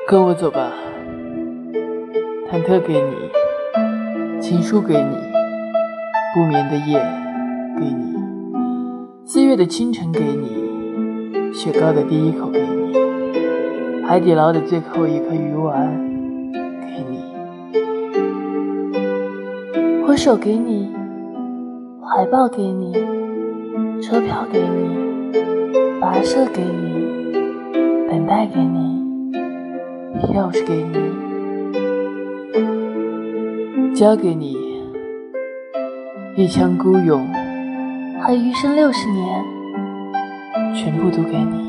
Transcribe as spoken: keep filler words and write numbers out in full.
跟我走吧，忐忑给你，情书给你，不眠的夜给你，四月的清晨给你，雪糕的第一口给你，海底捞的最后一颗鱼丸给你。 我手给你，怀抱给你，车票给你，跋涉给你，等待给你，钥匙给你， 交给你，一腔孤勇， 和余生六十年， 全部都给你。